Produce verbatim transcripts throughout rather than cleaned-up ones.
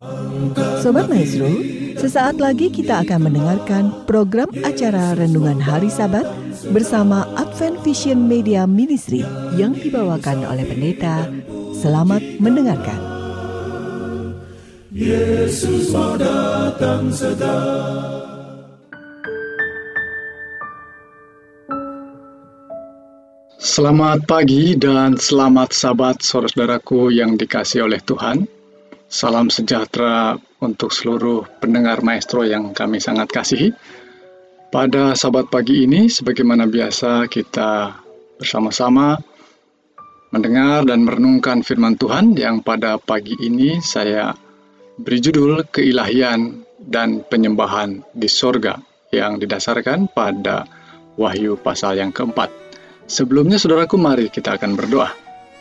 Sobat Maestro, sesaat lagi kita akan mendengarkan program acara Renungan Hari Sabat bersama Advent Vision Media Ministry yang dibawakan oleh pendeta. Selamat mendengarkan. Yesus mau datang segera. Selamat pagi dan selamat Sabat saudara-saudaraku yang dikasihi oleh Tuhan. Salam sejahtera untuk seluruh pendengar Maestro yang kami sangat kasihi. Pada Sabat pagi ini, sebagaimana biasa kita bersama-sama mendengar dan merenungkan firman Tuhan yang pada pagi ini saya beri judul Keilahian dan Penyembahan di Sorga yang didasarkan pada Wahyu pasal yang keempat. Sebelumnya saudaraku, mari kita akan berdoa.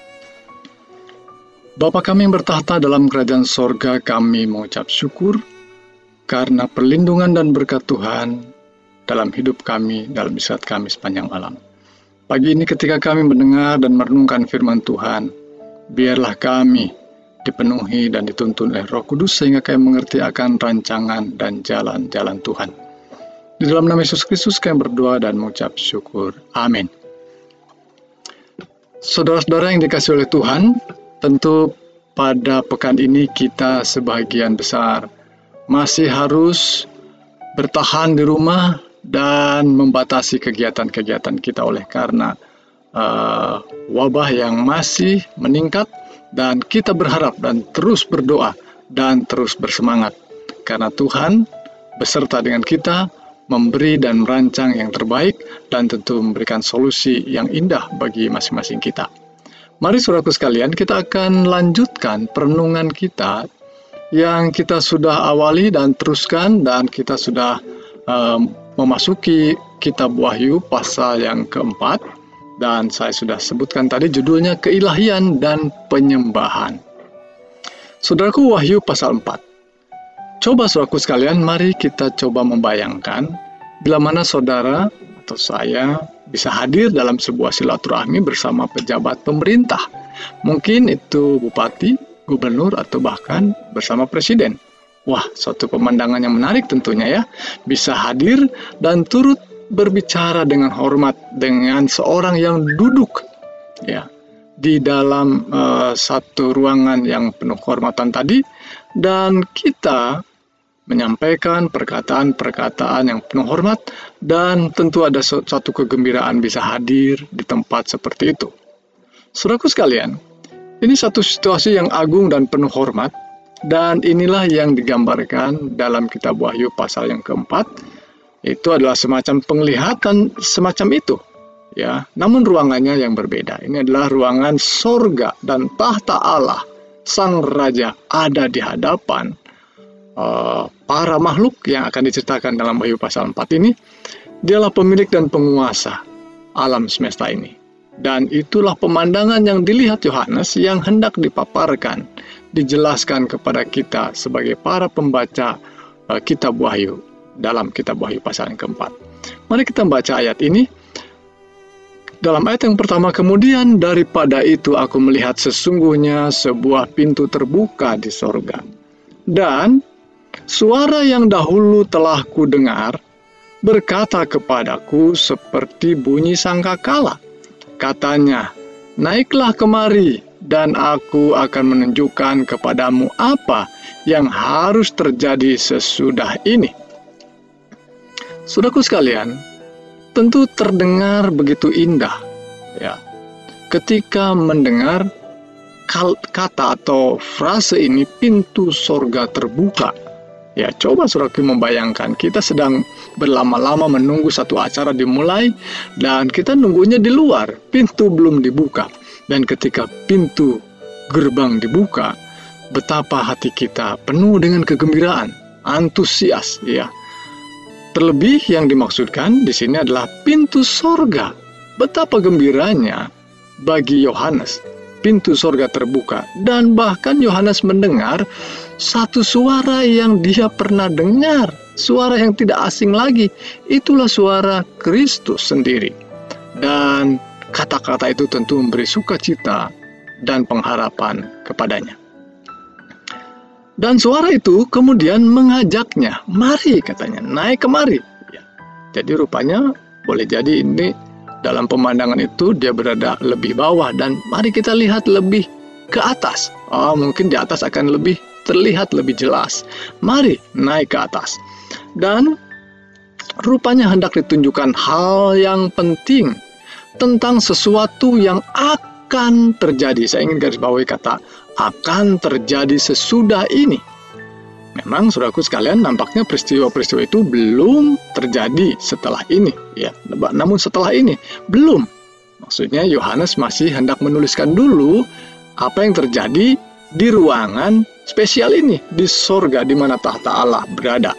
Bapa kami yang bertahta dalam kerajaan sorga, kami mengucap syukur karena perlindungan dan berkat Tuhan dalam hidup kami, dalam istirahat kami sepanjang malam. Pagi ini ketika kami mendengar dan merenungkan firman Tuhan, biarlah kami dipenuhi dan dituntun oleh Roh Kudus sehingga kami mengerti akan rancangan dan jalan-jalan Tuhan. Di dalam nama Yesus Kristus kami berdoa dan mengucap syukur. Amin. Saudara-saudara yang dikasihi oleh Tuhan, tentu pada pekan ini kita sebagian besar masih harus bertahan di rumah dan membatasi kegiatan-kegiatan kita oleh karena uh, wabah yang masih meningkat, dan kita berharap dan terus berdoa dan terus bersemangat karena Tuhan beserta dengan kita memberi dan merancang yang terbaik dan tentu memberikan solusi yang indah bagi masing-masing kita. Mari saudaraku sekalian, kita akan lanjutkan perenungan kita yang kita sudah awali dan teruskan, dan kita sudah um, memasuki kitab Wahyu pasal yang keempat, dan saya sudah sebutkan tadi judulnya Keilahian dan Penyembahan. Saudaraku, Wahyu pasal empat. Coba saudaraku sekalian, mari kita coba membayangkan bila mana saudara atau saya bisa hadir dalam sebuah silaturahmi bersama pejabat pemerintah. Mungkin itu bupati, gubernur, atau bahkan bersama presiden. Wah, suatu pemandangan yang menarik tentunya ya. Bisa hadir dan turut berbicara dengan hormat dengan seorang yang duduk ya di dalam uh, satu ruangan yang penuh kehormatan tadi, dan kita menyampaikan perkataan-perkataan yang penuh hormat, dan tentu ada suatu kegembiraan bisa hadir di tempat seperti itu. Saudaraku sekalian, ini satu situasi yang agung dan penuh hormat, dan inilah yang digambarkan dalam kitab Wahyu pasal yang keempat. Itu adalah semacam penglihatan semacam itu, ya. Namun ruangannya yang berbeda. Ini adalah ruangan sorga, dan tahta Allah, Sang Raja, ada di hadapan Uh, para makhluk yang akan diceritakan dalam Wahyu pasal empat ini. Dialah pemilik dan penguasa alam semesta ini, dan itulah pemandangan yang dilihat Yohanes yang hendak dipaparkan, dijelaskan kepada kita sebagai para pembaca uh, kitab Wahyu dalam kitab Wahyu pasal yang keempat. Mari kita membaca ayat ini. Dalam ayat yang pertama, kemudian daripada itu aku melihat sesungguhnya sebuah pintu terbuka di sorga, dan suara yang dahulu telah kudengar berkata kepadaku seperti bunyi sangkakala. Katanya, naiklah kemari dan aku akan menunjukkan kepadamu apa yang harus terjadi sesudah ini. Saudaraku sekalian, tentu terdengar begitu indah ya ketika mendengar kata atau frase ini, pintu sorga terbuka. Ya, coba saudaraku membayangkan, kita sedang berlama-lama menunggu satu acara dimulai, dan kita nunggunya di luar, pintu belum dibuka. Dan ketika pintu gerbang dibuka, betapa hati kita penuh dengan kegembiraan, antusias, ya. Terlebih yang dimaksudkan di sini adalah pintu sorga. Betapa gembiranya bagi Yohanes. Pintu sorga terbuka, dan bahkan Yohanes mendengar satu suara yang dia pernah dengar, suara yang tidak asing lagi. Itulah suara Kristus sendiri, dan kata-kata itu tentu memberi sukacita dan pengharapan kepadanya. Dan suara itu kemudian mengajaknya, mari katanya, naik kemari. Ya. Jadi rupanya boleh jadi ini dalam pemandangan itu dia berada lebih bawah dan mari kita lihat lebih ke atas. Oh, mungkin di atas akan lebih terlihat lebih jelas. Mari naik ke atas. Dan rupanya hendak ditunjukkan hal yang penting tentang sesuatu yang akan terjadi. Saya ingin garis bawahi kata akan terjadi sesudah ini. Memang saudaraku sekalian, nampaknya peristiwa-peristiwa itu belum terjadi setelah ini, ya. Namun setelah ini belum. Maksudnya Yohanes masih hendak menuliskan dulu apa yang terjadi di ruangan spesial ini, di sorga di mana tahta Allah berada.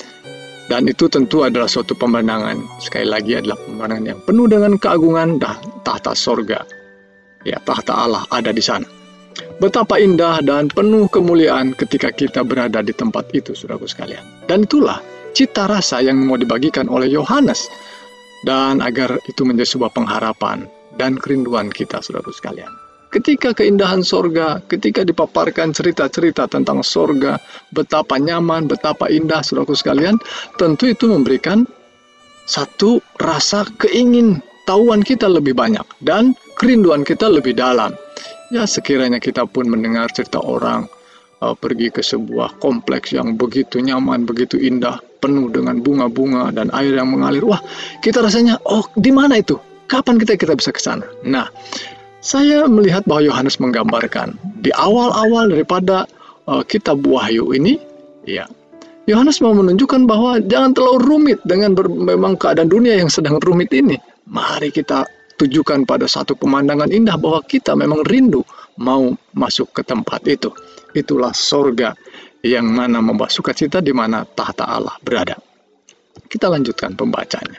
Dan itu tentu adalah suatu pemandangan, sekali lagi adalah pemandangan yang penuh dengan keagungan dan tahta sorga. Ya, tahta Allah ada di sana. Betapa indah dan penuh kemuliaan ketika kita berada di tempat itu, saudaraku sekalian. Dan itulah cita rasa yang mau dibagikan oleh Yohanes. Dan agar itu menjadi sebuah pengharapan dan kerinduan kita, saudaraku sekalian. Ketika keindahan sorga, ketika dipaparkan cerita-cerita tentang sorga, betapa nyaman, betapa indah, saudaraku sekalian, tentu itu memberikan satu rasa keingin tahuan kita lebih banyak dan kerinduan kita lebih dalam. Ya, sekiranya kita pun mendengar cerita orang uh, pergi ke sebuah kompleks yang begitu nyaman, begitu indah, penuh dengan bunga-bunga dan air yang mengalir. Wah, kita rasanya, oh, di mana itu? Kapan kita kita bisa ke sana? Nah, saya melihat bahwa Yohanes menggambarkan di awal-awal daripada uh, kitab Wahyu ini, ya, Yohanes mau menunjukkan bahwa jangan terlalu rumit dengan ber- memang keadaan dunia yang sedang rumit ini. Mari kita tujukan pada satu pemandangan indah bahwa kita memang rindu mau masuk ke tempat itu. Itulah sorga yang mana membawa sukacita di mana tahta Allah berada. Kita lanjutkan pembacanya.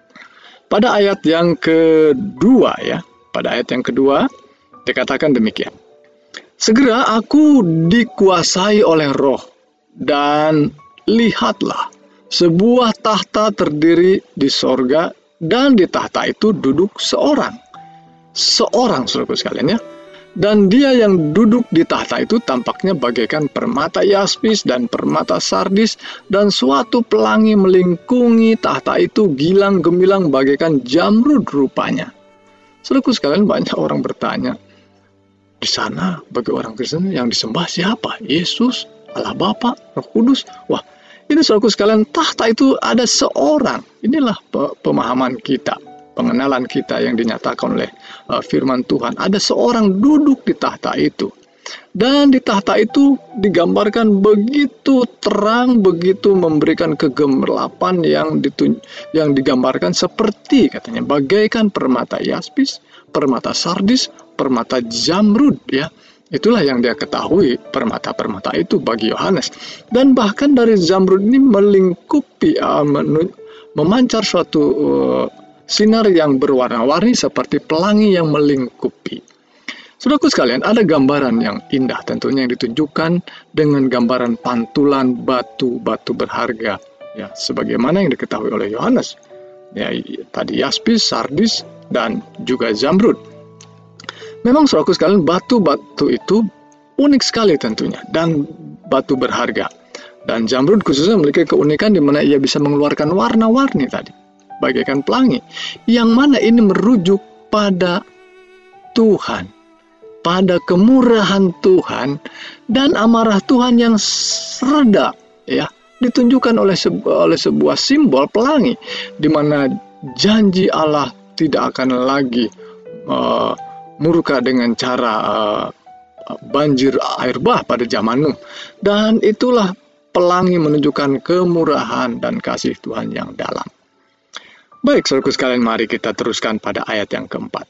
Pada ayat yang kedua ya, pada ayat yang kedua dikatakan demikian. Segera aku dikuasai oleh Roh dan lihatlah sebuah tahta terdiri di sorga. Dan di tahta itu duduk seorang. Seorang, saudaraku sekalian ya. Dan dia yang duduk di tahta itu tampaknya bagaikan permata yaspis dan permata sardis. Dan suatu pelangi melingkungi tahta itu gilang gemilang bagaikan jamrud rupanya. Saudaraku sekalian, banyak orang bertanya, di sana bagi orang Kristen yang disembah siapa? Yesus, Allah Bapa, Roh Kudus. Wah, ini saudaraku sekalian, tahta itu ada seorang. Inilah pemahaman kita, pengenalan kita yang dinyatakan oleh uh, firman Tuhan. Ada seorang duduk di tahta itu. Dan di tahta itu digambarkan begitu terang, begitu memberikan kegemilapan yang, ditun- yang digambarkan seperti katanya bagaikan permata yaspis, permata sardis, permata jamrud ya. Itulah yang dia ketahui permata-permata itu bagi Yohanes. Dan bahkan dari zamrud ini melingkupi, uh, menu, memancar suatu uh, sinar yang berwarna-warni seperti pelangi yang melingkupi. Saudaraku sekalian, ada gambaran yang indah tentunya yang ditunjukkan dengan gambaran pantulan batu-batu berharga. Ya, sebagaimana yang diketahui oleh Yohanes. Ya, tadi yaspis, sardis, dan juga zamrud. Memang saudaraku sekalian, batu-batu itu unik sekali tentunya dan batu berharga. Dan zamrud khususnya memiliki keunikan di mana ia bisa mengeluarkan warna-warni tadi, bagaikan pelangi. Yang mana ini merujuk pada Tuhan, pada kemurahan Tuhan dan amarah Tuhan yang reda, ya, ditunjukkan oleh sebuah, oleh sebuah simbol pelangi, di mana janji Allah tidak akan lagi uh, murka dengan cara uh, banjir air bah pada zaman Nuh. Dan itulah pelangi menunjukkan kemurahan dan kasih Tuhan yang dalam. Baik, saudaraku sekalian, mari kita teruskan pada ayat yang keempat.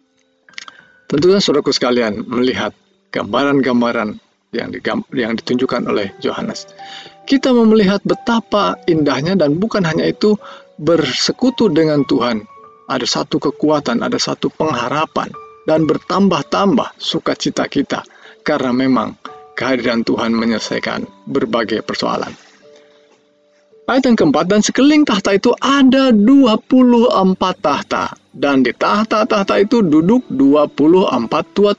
Tentunya saudaraku sekalian melihat gambaran-gambaran yang, digam- yang ditunjukkan oleh Yohanes. Kita melihat betapa indahnya dan bukan hanya itu, bersekutu dengan Tuhan. Ada satu kekuatan, ada satu pengharapan. Dan bertambah-tambah sukacita kita karena memang kehadiran Tuhan menyelesaikan berbagai persoalan. Ayat yang keempat, dan sekeliling tahta itu ada dua puluh empat tahta. Dan di tahta-tahta itu duduk dua puluh empat tua-tua.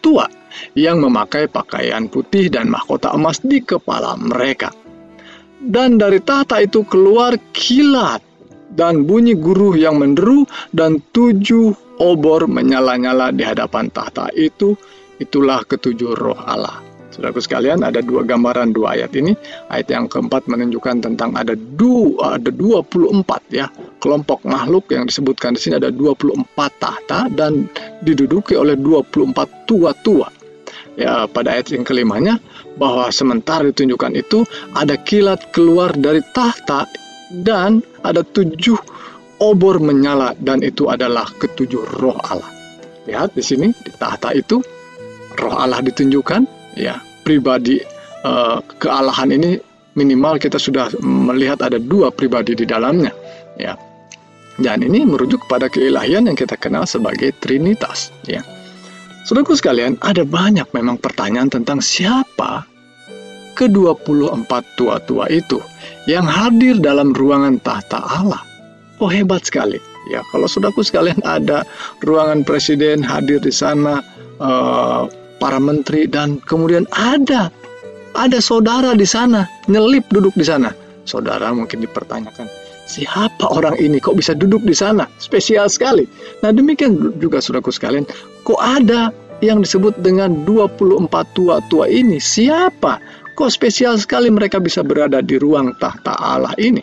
yang memakai pakaian putih dan mahkota emas di kepala mereka. Dan dari tahta itu keluar kilat dan bunyi guruh yang menderu, dan tujuh obor menyala-nyala di hadapan tahta itu. Itulah ketujuh roh Allah. Saudaraku sekalian, ada dua gambaran dua ayat ini. Ayat yang keempat menunjukkan tentang ada dua, ada dua puluh empat ya kelompok makhluk yang disebutkan di sini. Ada dua puluh empat tahta dan diduduki oleh dua puluh empat tua-tua. Ya, pada ayat yang kelimanya, bahwa sementara ditunjukkan itu ada kilat keluar dari tahta dan ada tujuh obor menyala, dan itu adalah ketujuh roh Allah. Lihat di sini di tahta itu roh Allah ditunjukkan, ya pribadi uh, kealahan ini minimal kita sudah melihat ada dua pribadi di dalamnya, ya. Dan ini merujuk pada keilahian yang kita kenal sebagai Trinitas, ya. Saudaraku sekalian, ada banyak memang pertanyaan tentang siapa ke dua puluh empat tua-tua itu yang hadir dalam ruangan tahta Allah. Oh, hebat sekali. Ya, kalau saudaraku sekalian ada ruangan presiden hadir di sana, uh, para menteri, dan kemudian ada ada saudara di sana, nyelip duduk di sana. Saudara mungkin dipertanyakan, siapa orang ini kok bisa duduk di sana? Spesial sekali. Nah, demikian juga saudaraku sekalian, kok ada yang disebut dengan dua puluh empat tua-tua ini? Siapa? Kok spesial sekali mereka bisa berada di ruang tahta Allah ini?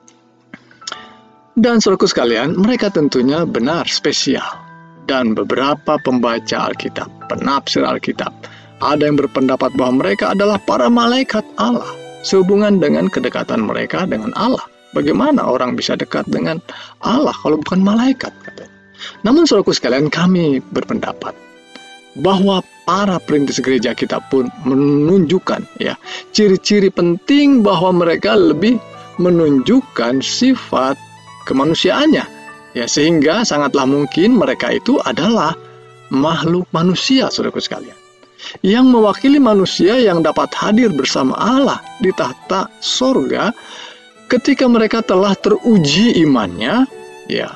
Dan saudaraku sekalian, mereka tentunya benar spesial. Dan beberapa pembaca Alkitab, penafsir Alkitab, ada yang berpendapat bahwa mereka adalah para malaikat Allah, sehubungan dengan kedekatan mereka dengan Allah. Bagaimana orang bisa dekat dengan Allah kalau bukan malaikat, katanya. Namun saudaraku sekalian, kami berpendapat bahwa para perintis gereja kita pun menunjukkan ya ciri-ciri penting bahwa mereka lebih menunjukkan sifat kemanusiaannya, ya, sehingga sangatlah mungkin mereka itu adalah makhluk manusia, saudaraku sekalian, yang mewakili manusia yang dapat hadir bersama Allah di tahta sorga ketika mereka telah teruji imannya, ya,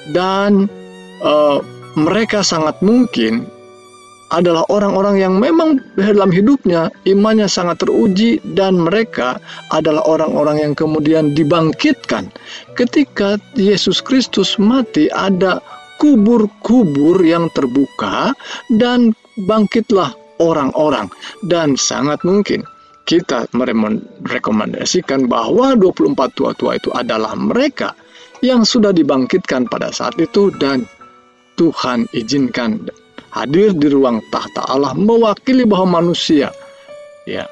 dan uh, mereka sangat mungkin adalah orang-orang yang memang dalam hidupnya imannya sangat teruji, dan mereka adalah orang-orang yang kemudian dibangkitkan. Ketika Yesus Kristus mati, ada kubur-kubur yang terbuka dan bangkitlah orang-orang. Dan sangat mungkin kita merekomendasikan bahwa dua puluh empat tua-tua itu adalah mereka yang sudah dibangkitkan pada saat itu, dan Tuhan izinkan hadir di ruang tahta Allah mewakili bahwa manusia ya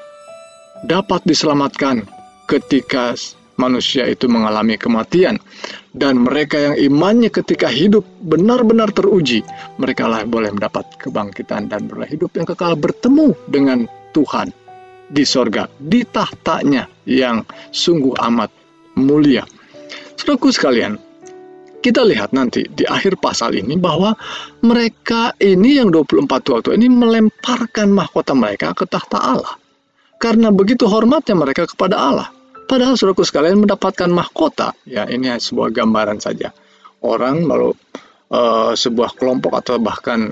dapat diselamatkan ketika manusia itu mengalami kematian, dan mereka yang imannya ketika hidup benar-benar teruji, mereka lah boleh mendapat kebangkitan dan beroleh hidup yang kekal bertemu dengan Tuhan di sorga, di tahtanya yang sungguh amat mulia. Saudaraku sekalian, kita lihat nanti di akhir pasal ini bahwa mereka ini yang dua puluh empat tua-tua ini melemparkan mahkota mereka ke tahta Allah. Karena begitu hormatnya mereka kepada Allah. Padahal saudaraku sekalian, mendapatkan mahkota, ya ini sebuah gambaran saja. Orang lalu uh, sebuah kelompok atau bahkan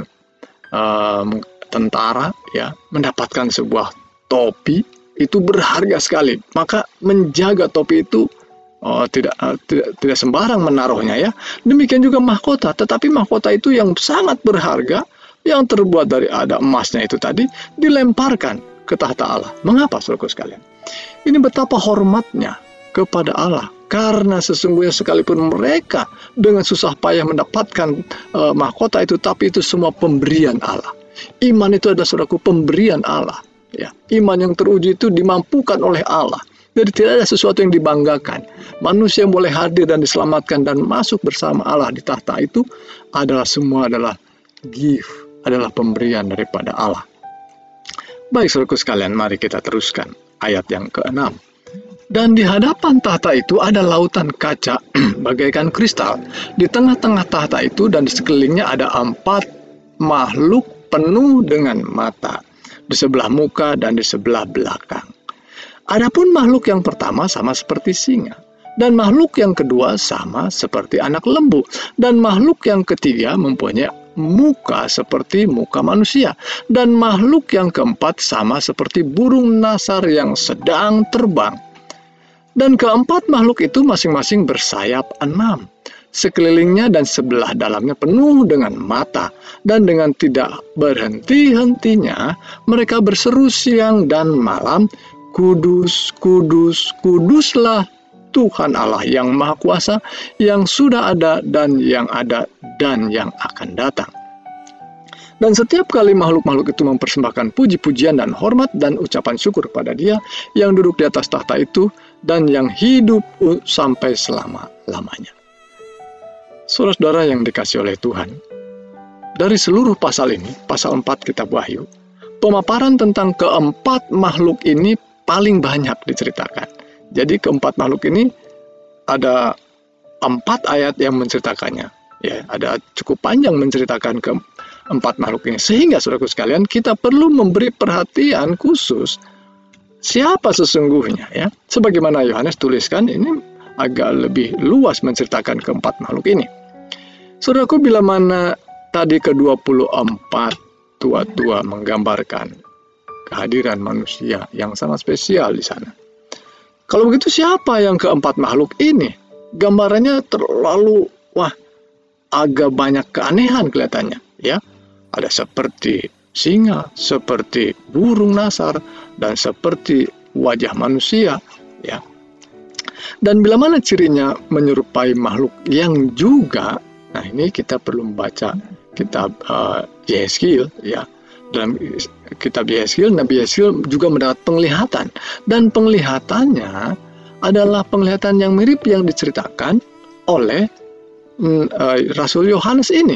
uh, tentara ya mendapatkan sebuah topi, itu berharga sekali. Maka menjaga topi itu Oh, tidak, uh, tidak tidak sembarang menaruhnya ya. Demikian juga mahkota, tetapi mahkota itu yang sangat berharga, yang terbuat dari ada emasnya itu tadi, dilemparkan ke tahta Allah. Mengapa, saudaraku sekalian? Ini betapa hormatnya kepada Allah, karena sesungguhnya sekalipun mereka dengan susah payah mendapatkan uh, mahkota itu, tapi itu semua pemberian Allah. Iman itu adalah, saudaraku, pemberian Allah. Ya, iman yang teruji itu dimampukan oleh Allah. Jadi tidak ada sesuatu yang dibanggakan. Manusia yang boleh hadir dan diselamatkan dan masuk bersama Allah di tahta itu adalah semua adalah gift, adalah pemberian daripada Allah. Baik saudaraku sekalian, mari kita teruskan ayat yang keenam. Dan di hadapan tahta itu ada lautan kaca bagaikan kristal. Di tengah-tengah tahta itu dan di sekelilingnya ada empat makhluk penuh dengan mata, di sebelah muka dan di sebelah belakang. Adapun makhluk yang pertama sama seperti singa, dan makhluk yang kedua sama seperti anak lembu, dan makhluk yang ketiga mempunyai muka seperti muka manusia, dan makhluk yang keempat sama seperti burung nasar yang sedang terbang. Dan keempat makhluk itu masing-masing bersayap enam. Sekelilingnya dan sebelah dalamnya penuh dengan mata, dan dengan tidak berhenti-hentinya mereka berseru siang dan malam, Kudus, kudus, kuduslah Tuhan Allah yang Maha Kuasa, yang sudah ada dan yang ada dan yang akan datang. Dan setiap kali makhluk-makhluk itu mempersembahkan puji-pujian dan hormat dan ucapan syukur kepada Dia yang duduk di atas tahta itu dan yang hidup sampai selama-lamanya. Saudara-saudara yang dikasihi oleh Tuhan, dari seluruh pasal ini, pasal empat kitab Wahyu, pemaparan tentang keempat makhluk ini paling banyak diceritakan. Jadi keempat makhluk ini ada empat ayat yang menceritakannya. Ya, ada cukup panjang menceritakan keempat makhluk ini. Sehingga saudaraku sekalian, kita perlu memberi perhatian khusus siapa sesungguhnya, ya. Sebagaimana Yohanes tuliskan, ini agak lebih luas menceritakan keempat makhluk ini. Saudaraku, bila mana tadi ke dua puluh empat tua-tua menggambarkan kehadiran manusia yang sangat spesial di sana. Kalau begitu, siapa yang keempat makhluk ini? Gambarannya terlalu, wah, agak banyak keanehan kelihatannya, ya. Ada seperti singa, seperti burung nasar, dan seperti wajah manusia, ya. Dan bila mana cirinya menyerupai makhluk yang juga, nah ini kita perlu membaca kitab uh, Yehezkiel, ya. Dalam kitab Yehezkiel, Nabi Yehezkiel juga mendapat penglihatan, dan penglihatannya adalah penglihatan yang mirip yang diceritakan oleh mm, uh, Rasul Yohanes ini.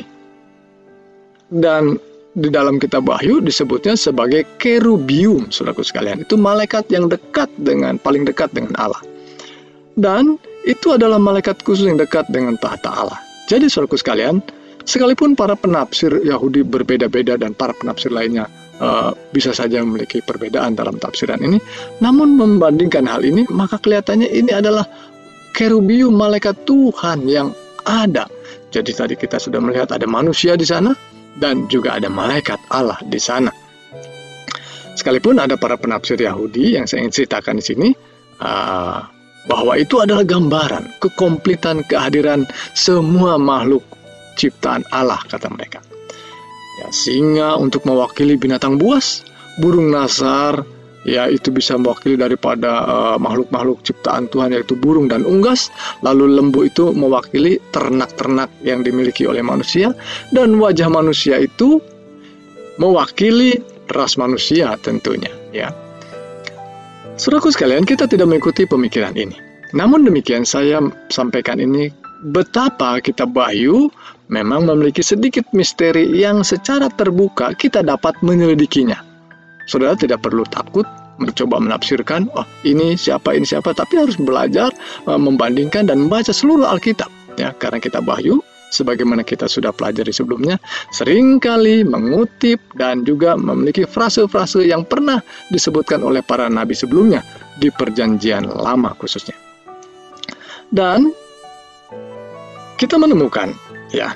Dan di dalam kitab Wahyu disebutnya sebagai kerubium, saudaraku sekalian. Itu malaikat yang dekat dengan, paling dekat dengan Allah. Dan itu adalah malaikat khusus yang dekat dengan tahta Allah. Jadi saudaraku sekalian, sekalipun para penafsir Yahudi berbeda-beda dan para penafsir lainnya uh, bisa saja memiliki perbedaan dalam tafsiran ini, namun membandingkan hal ini, maka kelihatannya ini adalah kerubium, malaikat Tuhan yang ada. Jadi tadi kita sudah melihat ada manusia di sana dan juga ada malaikat Allah di sana. Sekalipun ada para penafsir Yahudi yang saya ingin ceritakan di sini, uh, bahwa itu adalah gambaran kekompletan kehadiran semua makhluk ciptaan Allah, kata mereka. Ya, singa untuk mewakili binatang buas, burung nasar, ya itu bisa mewakili daripada uh, makhluk-makhluk ciptaan Tuhan, yaitu burung dan unggas. Lalu lembu itu mewakili ternak-ternak yang dimiliki oleh manusia, dan wajah manusia itu mewakili ras manusia tentunya, ya. Saudaraku sekalian, kita tidak mengikuti pemikiran ini. Namun demikian, saya sampaikan ini betapa kitab Wahyu memang memiliki sedikit misteri yang secara terbuka kita dapat menyelidikinya. Saudara tidak perlu takut mencoba menafsirkan, oh ini siapa, ini siapa, tapi harus belajar uh, membandingkan dan membaca seluruh Alkitab, ya, karena kitab Wahyu, sebagaimana kita sudah pelajari sebelumnya, seringkali mengutip dan juga memiliki frase-frase yang pernah disebutkan oleh para nabi sebelumnya di Perjanjian Lama khususnya. Dan kita menemukan, ya,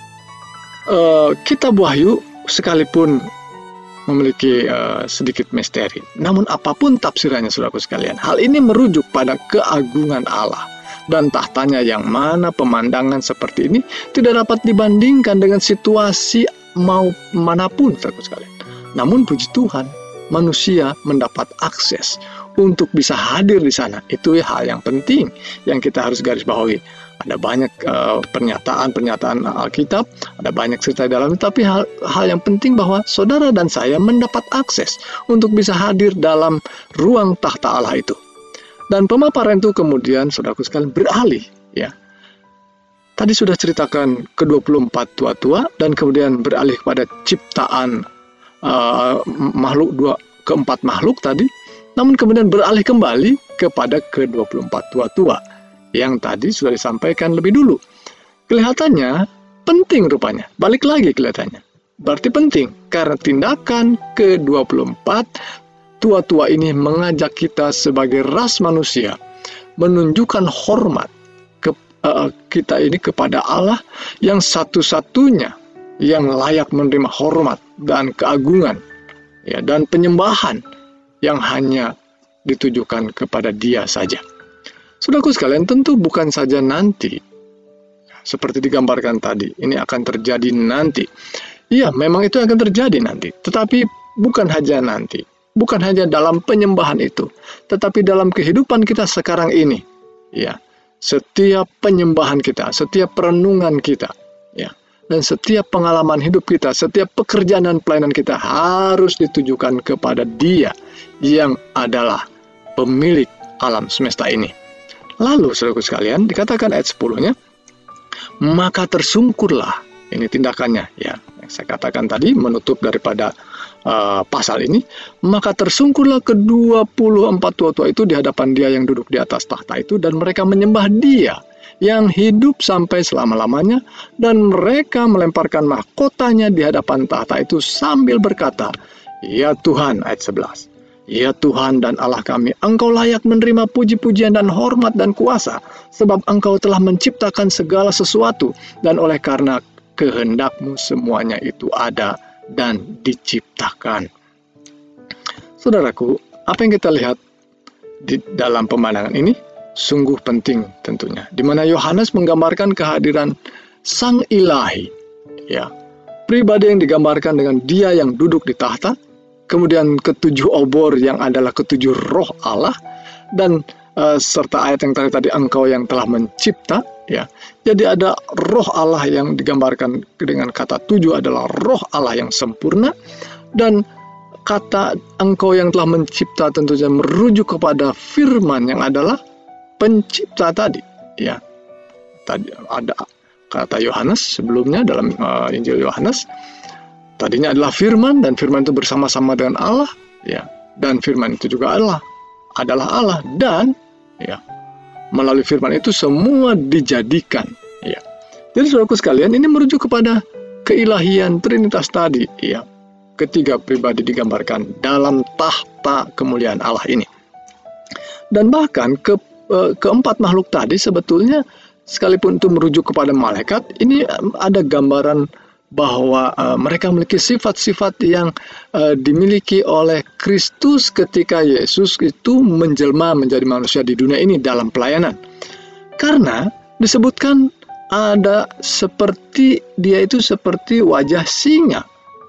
uh, kitab Wahyu sekalipun memiliki uh, sedikit misteri, namun apapun tafsirannya, saudaraku sekalian, hal ini merujuk pada keagungan Allah dan tahtanya, yang mana pemandangan seperti ini tidak dapat dibandingkan dengan situasi mau manapun, saudaraku sekalian. Namun puji Tuhan, manusia mendapat akses untuk bisa hadir di sana. Itu hal yang penting yang kita harus garis bawahi. Ada banyak uh, pernyataan-pernyataan Alkitab, ada banyak cerita di dalamnya, tapi hal, hal yang penting bahwa saudara dan saya mendapat akses untuk bisa hadir dalam ruang tahta Allah itu. Dan pemaparan itu kemudian, saudaraku sekalian, beralih, ya. Tadi sudah ceritakan ke dua puluh empat tua-tua, dan kemudian beralih kepada ciptaan uh, makhluk dua, keempat makhluk tadi, namun kemudian beralih kembali kepada ke dua puluh empat tua-tua yang tadi sudah disampaikan lebih dulu. Kelihatannya penting rupanya, balik lagi kelihatannya. Berarti penting, karena tindakan ke dua puluh empat tua-tua ini mengajak kita sebagai ras manusia menunjukkan hormat ke, uh, kita ini kepada Allah yang satu-satunya yang layak menerima hormat dan keagungan, ya, dan penyembahan yang hanya ditujukan kepada Dia saja. Saudaraku sekalian, tentu bukan saja nanti, seperti digambarkan tadi, ini akan terjadi nanti. Iya, memang itu akan terjadi nanti, tetapi bukan hanya nanti, bukan hanya dalam penyembahan itu, tetapi dalam kehidupan kita sekarang ini, ya. Setiap penyembahan kita, setiap perenungan kita, ya, dan setiap pengalaman hidup kita, setiap pekerjaan dan pelayanan kita harus ditujukan kepada Dia yang adalah pemilik alam semesta ini. Lalu, saudaraku sekalian, dikatakan ayat sepuluh-nya, maka tersungkurlah, ini tindakannya, ya, yang saya katakan tadi, menutup daripada uh, pasal ini, maka tersungkurlah kedua puluh empat tua-tua itu di hadapan Dia yang duduk di atas tahta itu, dan mereka menyembah Dia yang hidup sampai selama-lamanya, dan mereka melemparkan mahkotanya di hadapan tahta itu sambil berkata, ya Tuhan, ayat sebelas, ya Tuhan dan Allah kami, Engkau layak menerima puji-pujian dan hormat dan kuasa, sebab Engkau telah menciptakan segala sesuatu, dan oleh karena kehendak-Mu semuanya itu ada dan diciptakan. Saudaraku, apa yang kita lihat di dalam pemandangan ini sungguh penting tentunya, di mana Yohanes menggambarkan kehadiran Sang Ilahi, ya, pribadi yang digambarkan dengan Dia yang duduk di tahta, kemudian ketujuh obor yang adalah ketujuh roh Allah, dan uh, serta ayat yang tadi tadi Engkau yang telah mencipta, ya. Jadi ada roh Allah yang digambarkan dengan kata tujuh adalah roh Allah yang sempurna, dan kata Engkau yang telah mencipta tentunya merujuk kepada firman yang adalah pencipta tadi, ya. Tadi ada kata Yohanes sebelumnya dalam uh, Injil Yohanes, tadinya adalah firman, dan firman itu bersama-sama dengan Allah, ya, dan firman itu juga adalah adalah Allah, dan ya, melalui firman itu semua dijadikan, ya. Jadi saudaraku sekalian, ini merujuk kepada keilahian Trinitas tadi, ya. Ketiga pribadi digambarkan dalam tahta kemuliaan Allah ini. Dan bahkan ke keempat makhluk tadi sebetulnya sekalipun itu merujuk kepada malaikat, ini ada gambaran bahwa uh, mereka memiliki sifat-sifat yang uh, dimiliki oleh Kristus ketika Yesus itu menjelma menjadi manusia di dunia ini dalam pelayanan. Karena disebutkan ada seperti, dia itu seperti wajah singa.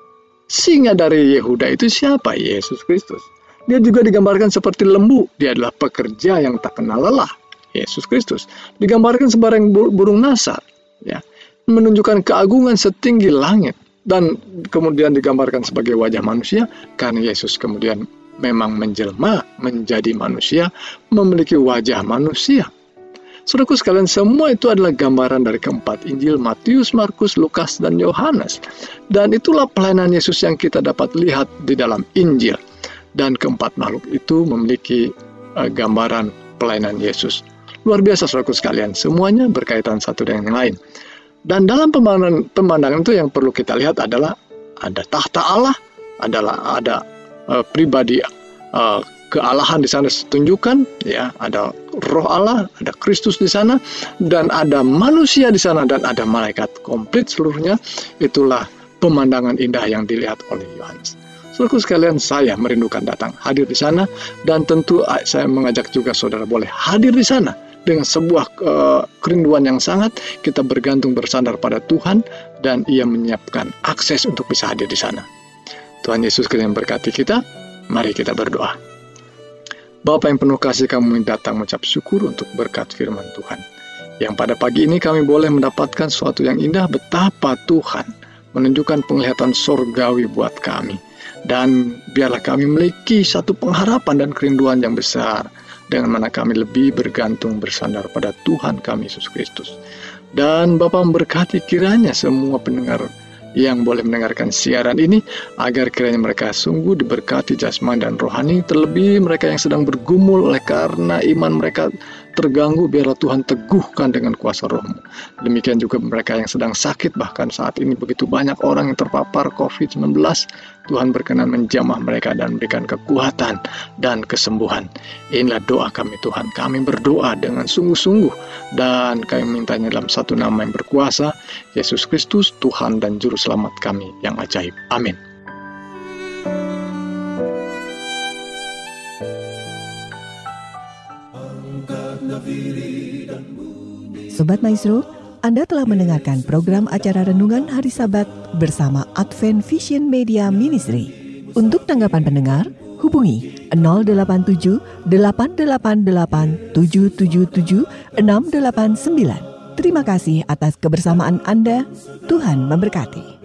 Singa dari Yehuda itu siapa? Yesus Kristus. Dia juga digambarkan seperti lembu. Dia adalah pekerja yang tak kenal lelah. Yesus Kristus. Digambarkan sebarang burung nasar, ya, menunjukkan keagungan setinggi langit, dan kemudian digambarkan sebagai wajah manusia karena Yesus kemudian memang menjelma menjadi manusia, memiliki wajah manusia. Saudaraku sekalian, semua itu adalah gambaran dari keempat Injil, Matius, Markus, Lukas, dan Yohanes. Dan itulah pelayanan Yesus yang kita dapat lihat di dalam Injil. Dan keempat makhluk itu memiliki uh, gambaran pelayanan Yesus. Luar biasa saudaraku sekalian, semuanya berkaitan satu dengan yang lain. Dan dalam pemandangan, pemandangan itu yang perlu kita lihat adalah ada tahta Allah, adalah ada uh, pribadi uh, kealahan di sana ditunjukkan, ya, ada roh Allah, ada Kristus di sana, dan ada manusia di sana, dan ada malaikat, komplit seluruhnya. Itulah pemandangan indah yang dilihat oleh Yohanes. Saudaraku sekalian, saya merindukan datang hadir di sana, dan tentu saya mengajak juga saudara boleh hadir di sana dengan sebuah uh, kerinduan yang sangat. Kita bergantung bersandar pada Tuhan, dan Ia menyiapkan akses untuk bisa hadir di sana. Tuhan Yesus yang berkati kita. Mari kita berdoa. Bapa yang penuh kasih, Kami datang mengucap syukur untuk berkat firman Tuhan, yang pada pagi ini kami boleh mendapatkan sesuatu yang indah, betapa Tuhan menunjukkan penglihatan sorgawi buat kami. Dan biarlah kami memiliki satu pengharapan dan kerinduan yang besar, dengan mana kami lebih bergantung bersandar pada Tuhan kami Yesus Kristus. Dan Bapa memberkati kiranya semua pendengar yang boleh mendengarkan siaran ini, agar kiranya mereka sungguh diberkati jasmani dan rohani, terlebih mereka yang sedang bergumul oleh karena iman mereka terganggu, biarlah Tuhan teguhkan dengan kuasa Roh-Mu. Demikian juga mereka yang sedang sakit, bahkan saat ini begitu banyak orang yang terpapar covid sembilan belas. Tuhan berkenan menjamah mereka dan memberikan kekuatan dan kesembuhan. Inilah doa kami Tuhan. Kami berdoa dengan sungguh-sungguh dan kami mintanya dalam satu nama yang berkuasa, Yesus Kristus, Tuhan dan Juru Selamat kami yang ajaib. Amin. Sobat Maestro, Anda telah mendengarkan program acara Renungan Hari Sabat bersama Advent Vision Media Ministry. Untuk tanggapan pendengar, hubungi nol delapan tujuh delapan delapan delapan tujuh tujuh tujuh enam delapan sembilan. Terima kasih atas kebersamaan Anda. Tuhan memberkati.